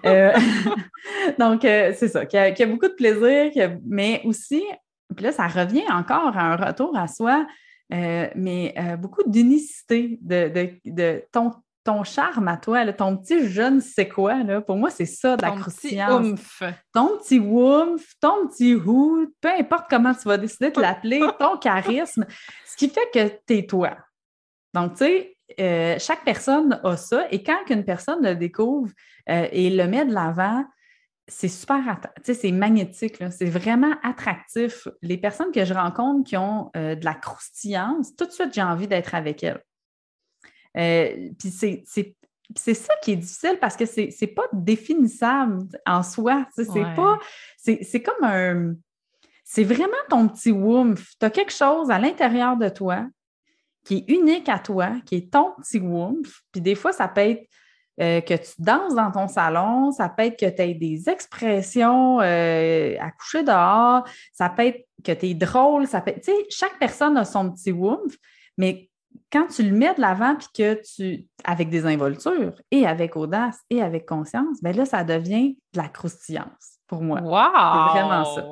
S2: Donc, c'est ça, qu'il y a beaucoup de plaisir, mais aussi, puis là, ça revient encore à un retour à soi, mais beaucoup d'unicité, de ton charme à toi, là, ton petit je ne sais quoi, là, pour moi, c'est ça de la croustillance. Ton petit oomph, ton petit who, peu importe comment tu vas décider de l'appeler, ton charisme, ce qui fait que t'es toi. Donc, tu sais, chaque personne a ça, et quand une personne le découvre et le met de l'avant, c'est super, tu sais, c'est magnétique, là. C'est vraiment attractif. Les personnes que je rencontre qui ont de la croustillance, tout de suite, j'ai envie d'être avec elles. Puis c'est ça qui est difficile parce que c'est pas définissable en soi. C'est comme c'est vraiment ton petit woomph. Tu as quelque chose à l'intérieur de toi qui est unique à toi, qui est ton petit woomph. Puis des fois, ça peut être que tu danses dans ton salon, ça peut être que tu aies des expressions à coucher dehors, ça peut être que tu es drôle, tu sais, chaque personne a son petit woomph, mais quand tu le mets de l'avant puis que avec des involtures et avec audace et avec conscience, bien là, ça devient de la croustillance pour moi.
S1: Wow!
S2: C'est vraiment ça.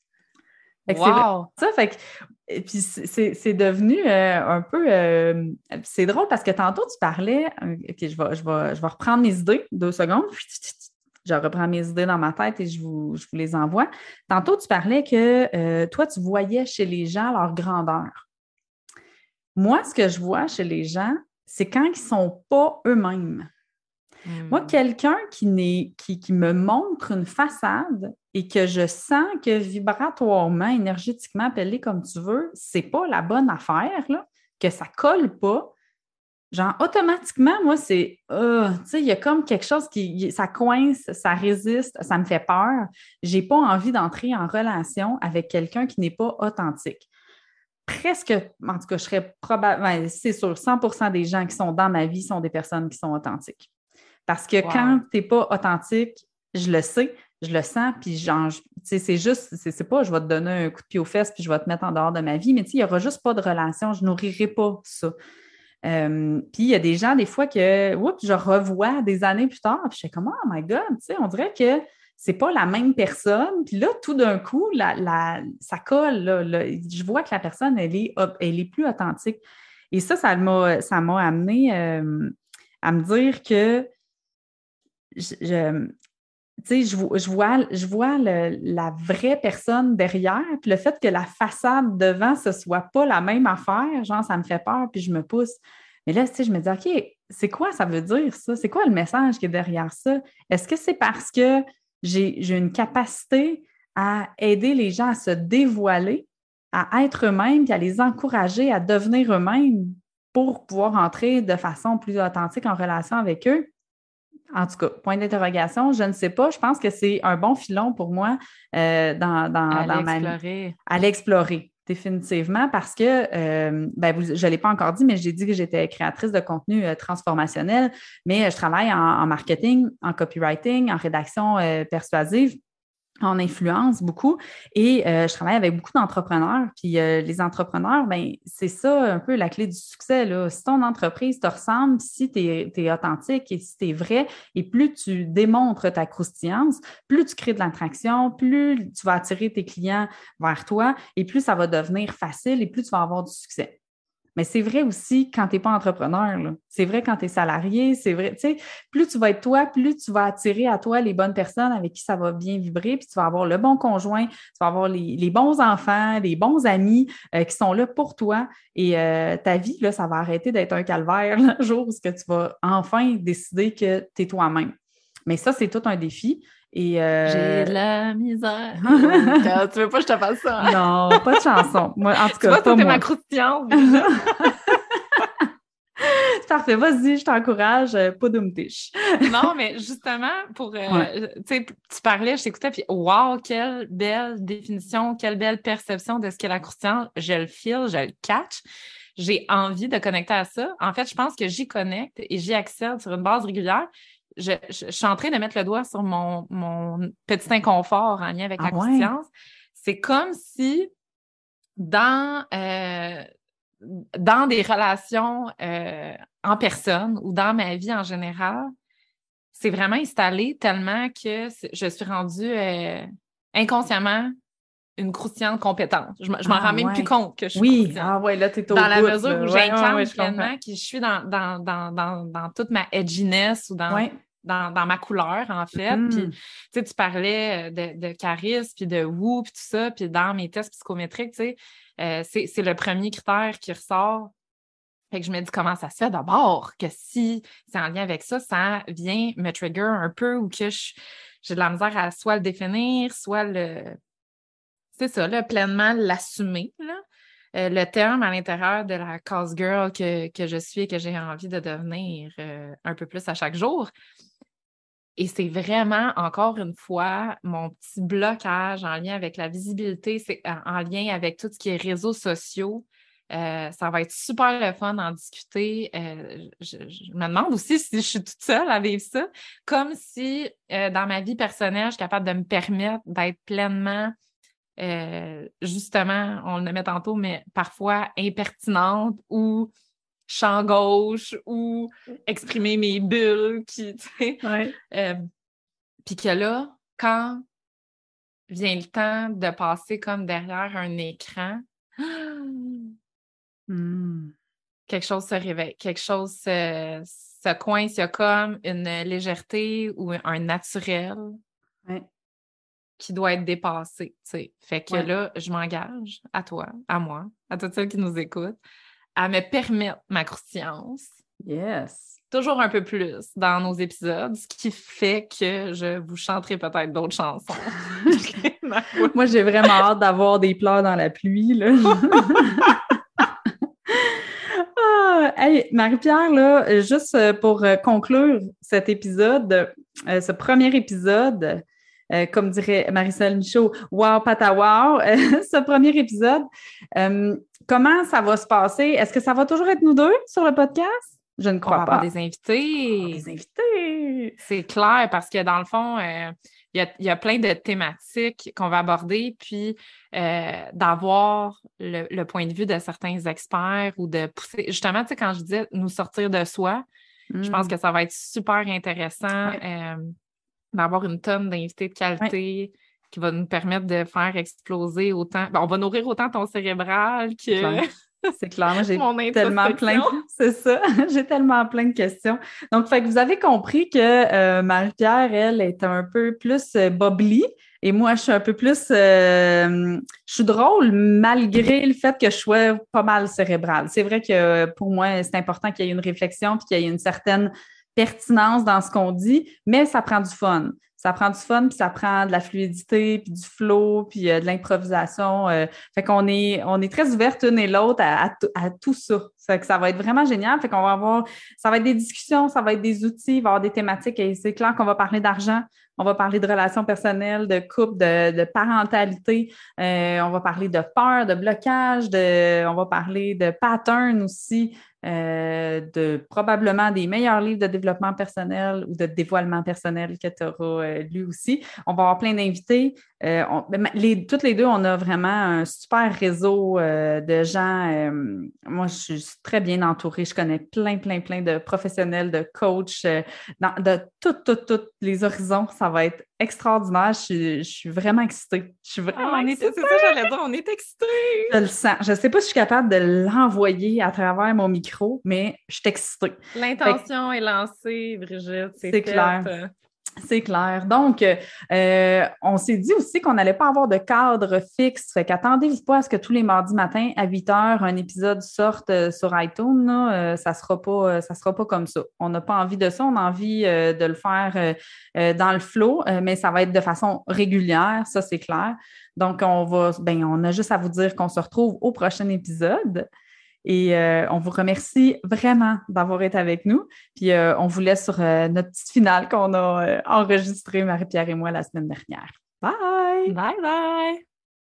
S2: Fait que puis c'est devenu un peu... c'est drôle parce que tantôt, tu parlais... OK, je vais reprendre mes idées, 2 secondes. Je reprends mes idées dans ma tête et je vous les envoie. Tantôt, tu parlais que toi, tu voyais chez les gens leur grandeur. Moi, ce que je vois chez les gens, c'est quand ils ne sont pas eux-mêmes. Moi, quelqu'un qui me montre une façade et que je sens que vibratoirement, énergétiquement, appelle-les comme tu veux, c'est pas la bonne affaire, là, que ça colle pas. Genre, automatiquement, moi, c'est, tu sais, il y a comme quelque chose ça coince, ça résiste, ça me fait peur. J'ai pas envie d'entrer en relation avec quelqu'un qui n'est pas authentique. Presque, en tout cas, je serais probablement, c'est sûr, 100% des gens qui sont dans ma vie sont des personnes qui sont authentiques. Parce que quand tu n'es pas authentique, je le sais, je le sens, puis genre, tu sais, c'est juste, c'est pas je vais te donner un coup de pied aux fesses puis je vais te mettre en dehors de ma vie, mais tu sais, il n'y aura juste pas de relation, je nourrirai pas ça. Puis il y a des gens, des fois, que je revois des années plus tard, puis je suis comme, oh my God, tu sais, on dirait que c'est pas la même personne. Puis là, tout d'un coup, ça colle. Là, je vois que la personne, elle est plus authentique. Et ça m'a amené à me dire que je vois la vraie personne derrière, puis le fait que la façade devant, ce soit pas la même affaire, genre, ça me fait peur, puis je me pousse. Mais là, tu sais, je me dis, OK, c'est quoi ça veut dire, ça? C'est quoi le message qui est derrière ça? Est-ce que c'est parce que j'ai une capacité à aider les gens à se dévoiler, à être eux-mêmes, puis à les encourager à devenir eux-mêmes pour pouvoir entrer de façon plus authentique en relation avec eux? En tout cas, point d'interrogation, je ne sais pas. Je pense que c'est un bon filon pour moi à l'explorer, définitivement, parce que, je ne l'ai pas encore dit, mais j'ai dit que j'étais créatrice de contenu transformationnel, mais je travaille en marketing, en copywriting, en rédaction persuasive, en influence beaucoup. Et je travaille avec beaucoup d'entrepreneurs. Puis les entrepreneurs, ben c'est ça un peu la clé du succès, là. Si ton entreprise te ressemble, si tu es authentique et si tu es vrai, et plus tu démontres ta croustillance, plus tu crées de l'attraction, plus tu vas attirer tes clients vers toi et plus ça va devenir facile et plus tu vas avoir du succès. Mais c'est vrai aussi quand tu n'es pas entrepreneur, là. C'est vrai quand tu es salarié, c'est vrai, tu sais, plus tu vas être toi, plus tu vas attirer à toi les bonnes personnes avec qui ça va bien vibrer, puis tu vas avoir le bon conjoint, tu vas avoir les bons enfants, les bons amis qui sont là pour toi. Et ta vie, là, ça va arrêter d'être un calvaire le jour où tu vas enfin décider que tu es toi-même. Mais ça, c'est tout un défi. Et
S1: j'ai de la misère. Tu veux pas que je te fasse ça? Hein?
S2: Non, pas de chanson. Moi, en tout cas,
S1: tu vois,
S2: pas
S1: ça,
S2: moi.
S1: ma croustillante.
S2: Parfait, vas-y, je t'encourage, pas de me tiche.
S1: Non, mais justement, tu sais, tu parlais, je t'écoutais, puis wow, quelle belle définition, quelle belle perception de ce qu'est la croustillante. Je le file, je le catch. J'ai envie de connecter à ça. En fait, je pense que j'y connecte et j'y accède sur une base régulière. Je suis en train de mettre le doigt sur mon petit inconfort en lien avec la croustillance. C'est comme si dans des relations en personne ou dans ma vie en général, c'est vraiment installé tellement que je suis rendue inconsciemment une croustillante compétente. Je m'en rends même plus compte que je suis croustillante.
S2: Là, t'es au
S1: dans la
S2: bout,
S1: mesure
S2: là.
S1: où j'incarne pleinement que je suis dans toute ma edginess ou dans ma couleur, en fait. Puis, tu parlais de charisme, puis de woo, puis tout ça, puis dans mes tests psychométriques, tu sais, c'est le premier critère qui ressort. Fait que je me dis comment ça se fait d'abord, que si c'est en lien avec ça, ça vient me trigger un peu ou que j'ai de la misère à soit le définir, soit c'est ça, là, pleinement l'assumer, là. Le terme à l'intérieur de la cause girl que je suis et que j'ai envie de devenir un peu plus à chaque jour. Et c'est vraiment, encore une fois, mon petit blocage en lien avec la visibilité, c'est en lien avec tout ce qui est réseaux sociaux. Ça va être super le fun d'en discuter. Je me demande aussi si je suis toute seule à vivre ça, comme si dans ma vie personnelle, je suis capable de me permettre d'être pleinement justement, on le met tantôt, mais parfois impertinente ou champ gauche ou exprimer mes bulles, tu sais. Puis que là, quand vient le temps de passer comme derrière un écran, quelque chose se réveille, quelque chose se coince, il y a comme une légèreté ou un naturel qui doit être dépassé, tu sais. Fait que là, je m'engage à toi, à moi, à toutes celles qui nous écoutent, à me permettre ma croustillance.
S2: Yes.
S1: Toujours un peu plus dans nos épisodes, ce qui fait que je vous chanterai peut-être d'autres chansons.
S2: Moi, j'ai vraiment hâte d'avoir des pleurs dans la pluie, là. Hey, Marie-Pierre, là, juste pour conclure cet épisode, ce premier épisode, comme dirait Marisol Michaud, wow, pata wow, ce premier épisode, comment ça va se passer? Est-ce que ça va toujours être nous deux sur le podcast? Je ne crois pas.
S1: On va avoir des invités.
S2: Des invités.
S1: C'est clair parce que dans le fond, il y a plein de thématiques qu'on va aborder, puis d'avoir le point de vue de certains experts ou de pousser. Justement, tu sais, quand je disais nous sortir de soi, je pense que ça va être super intéressant d'avoir une tonne d'invités de qualité qui va nous permettre de faire exploser autant. Ben, on va nourrir autant ton cérébral que.
S2: C'est clair, moi j'ai tellement plein, c'est ça, j'ai tellement plein de questions. Donc, fait que vous avez compris que Marie-Pierre, elle, est un peu plus bubbly et moi, je suis un peu plus, je suis drôle malgré le fait que je sois pas mal cérébrale. C'est vrai que pour moi, c'est important qu'il y ait une réflexion puis qu'il y ait une certaine pertinence dans ce qu'on dit, mais ça prend du fun. Ça prend du fun, puis ça prend de la fluidité, puis du flow, puis de l'improvisation. Fait qu'on est très ouvertes une et l'autre à tout ça. Fait que ça va être vraiment génial. Fait qu'on va avoir, ça va être des discussions, ça va être des outils, il va y avoir des thématiques. Et c'est clair qu'on va parler d'argent, on va parler de relations personnelles, de couple, de parentalité. On va parler de peur, de blocage, on va parler de pattern aussi. De probablement des meilleurs livres de développement personnel ou de dévoilement personnel que tu auras lu aussi. On va avoir plein d'invités. Toutes les deux, on a vraiment un super réseau de gens. Moi, je suis très bien entourée. Je connais plein de professionnels, de coachs, de tous les horizons. Ça va être extraordinaire. Je suis vraiment excitée. Je suis vraiment excitée.
S1: C'est ça, j'allais dire, on est excités.
S2: Je le sens. Je ne sais pas si je suis capable de l'envoyer à travers mon micro, mais je suis excitée.
S1: L'intention est lancée, Brigitte.
S2: C'est clair. C'est clair. Donc, on s'est dit aussi qu'on n'allait pas avoir de cadre fixe. Fait qu'attendez-vous pas à ce que tous les mardis matins à 8 heures, un épisode sorte sur iTunes. Là. Ça sera pas comme ça. On n'a pas envie de ça. On a envie de le faire dans le flow, mais ça va être de façon régulière. Ça, c'est clair. Donc, on a juste à vous dire qu'on se retrouve au prochain épisode. Et on vous remercie vraiment d'avoir été avec nous. Puis on vous laisse sur notre petite finale qu'on a enregistrée, Marie-Pierre et moi, la semaine dernière. Bye!
S1: Bye bye!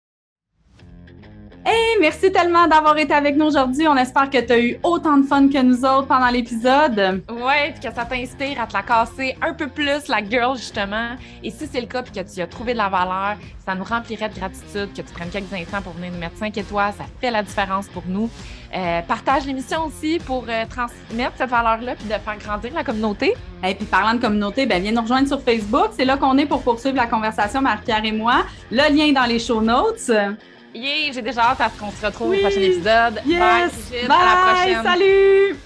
S2: Hey, merci tellement d'avoir été avec nous aujourd'hui. On espère que tu as eu autant de fun que nous autres pendant l'épisode.
S1: Ouais, puis que ça t'inspire à te la casser un peu plus, la girl, justement. Et si c'est le cas, puis que tu as trouvé de la valeur, ça nous remplirait de gratitude que tu prennes quelques instants pour venir nous mettre 5 étoiles. Ça fait la différence pour nous. Partage l'émission aussi pour transmettre cette valeur-là puis de faire grandir la communauté.
S2: Et puis parlant de communauté, viens nous rejoindre sur Facebook. C'est là qu'on est pour poursuivre la conversation, Marie-Pierre et moi. Le lien est dans les show notes.
S1: Yeah, j'ai déjà hâte à ce qu'on se retrouve au prochain épisode.
S2: Yes.
S1: Bye, Brigitte.
S2: Bye,
S1: à la prochaine.
S2: Salut!